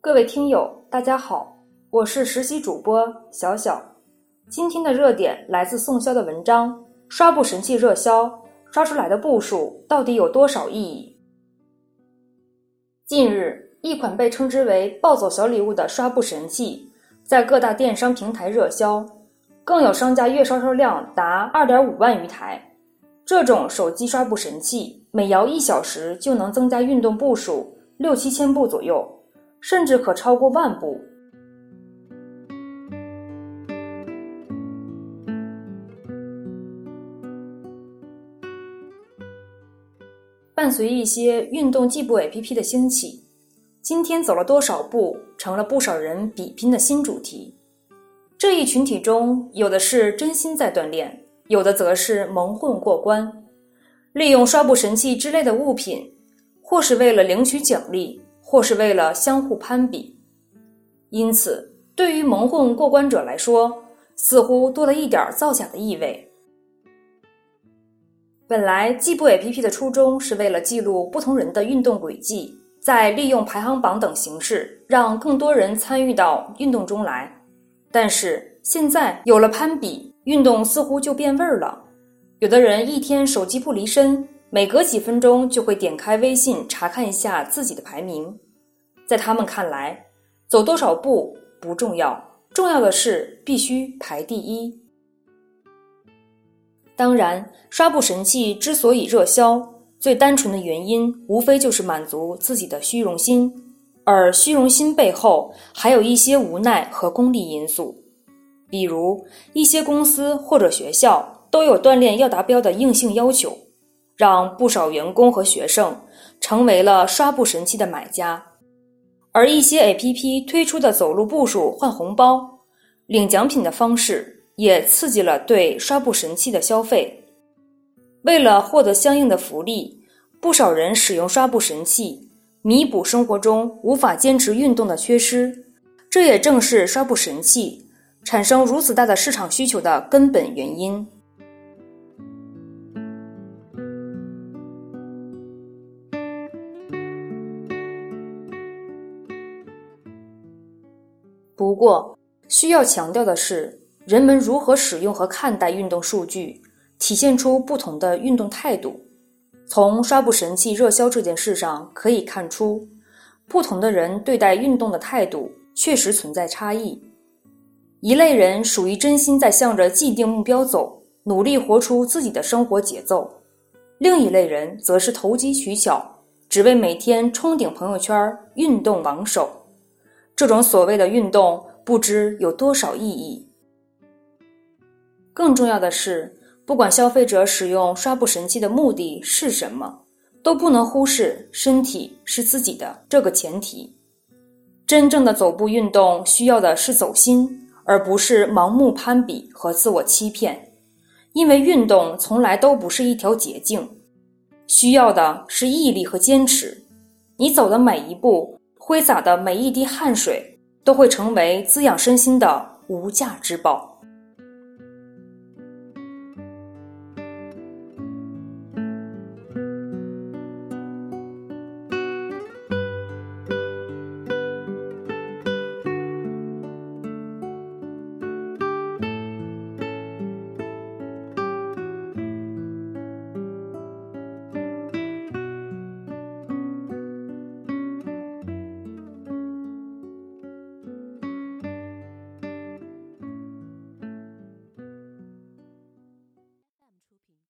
各位听友，大家好，我是实习主播小小。今天的热点来自宋潇的文章，刷步神器热销，刷出来的步数到底有多少意义？近日，一款被称之为暴走小礼物的刷步神器在各大电商平台热销，更有商家月销售量达 2.5 万余台。这种手机刷步神器每摇1小时就能增加运动步数6-7千步左右，甚至可超过10000步。伴随一些运动计步 APP 的兴起，今天走了多少步成了不少人比拼的新主题。这一群体中，有的是真心在锻炼，有的则是蒙混过关，利用刷步神器之类的物品，或是为了领取奖励，或是为了相互攀比。因此，对于蒙混过关者来说，似乎多了一点造假的意味。本来计步 APP 的初衷是为了记录不同人的运动轨迹，再利用排行榜等形式让更多人参与到运动中来。但是现在有了攀比，运动似乎就变味儿了。有的人一天手机不离身，每隔几分钟就会点开微信查看一下自己的排名。在他们看来，走多少步不重要，重要的是必须排第一。当然，刷步神器之所以热销，最单纯的原因无非就是满足自己的虚荣心，而虚荣心背后还有一些无奈和功利因素。比如一些公司或者学校都有锻炼要达标的硬性要求，让不少员工和学生成为了刷步神器的买家。而一些 APP 推出的走路步数换红包、领奖品的方式，也刺激了对刷步神器的消费。为了获得相应的福利，不少人使用刷步神器，弥补生活中无法坚持运动的缺失。这也正是刷步神器产生如此大的市场需求的根本原因。不过，需要强调的是，人们如何使用和看待运动数据，体现出不同的运动态度。从刷步神器热销这件事上可以看出，不同的人对待运动的态度确实存在差异。一类人属于真心在向着既定目标走，努力活出自己的生活节奏；另一类人则是投机取巧，只为每天冲顶朋友圈运动榜首。这种所谓的运动不知有多少意义。更重要的是，不管消费者使用刷步神器的目的是什么，都不能忽视身体是自己的这个前提。真正的走步运动需要的是走心，而不是盲目攀比和自我欺骗。因为运动从来都不是一条捷径，需要的是毅力和坚持。你走的每一步，挥洒的每一滴汗水，都会成为滋养身心的无价之宝。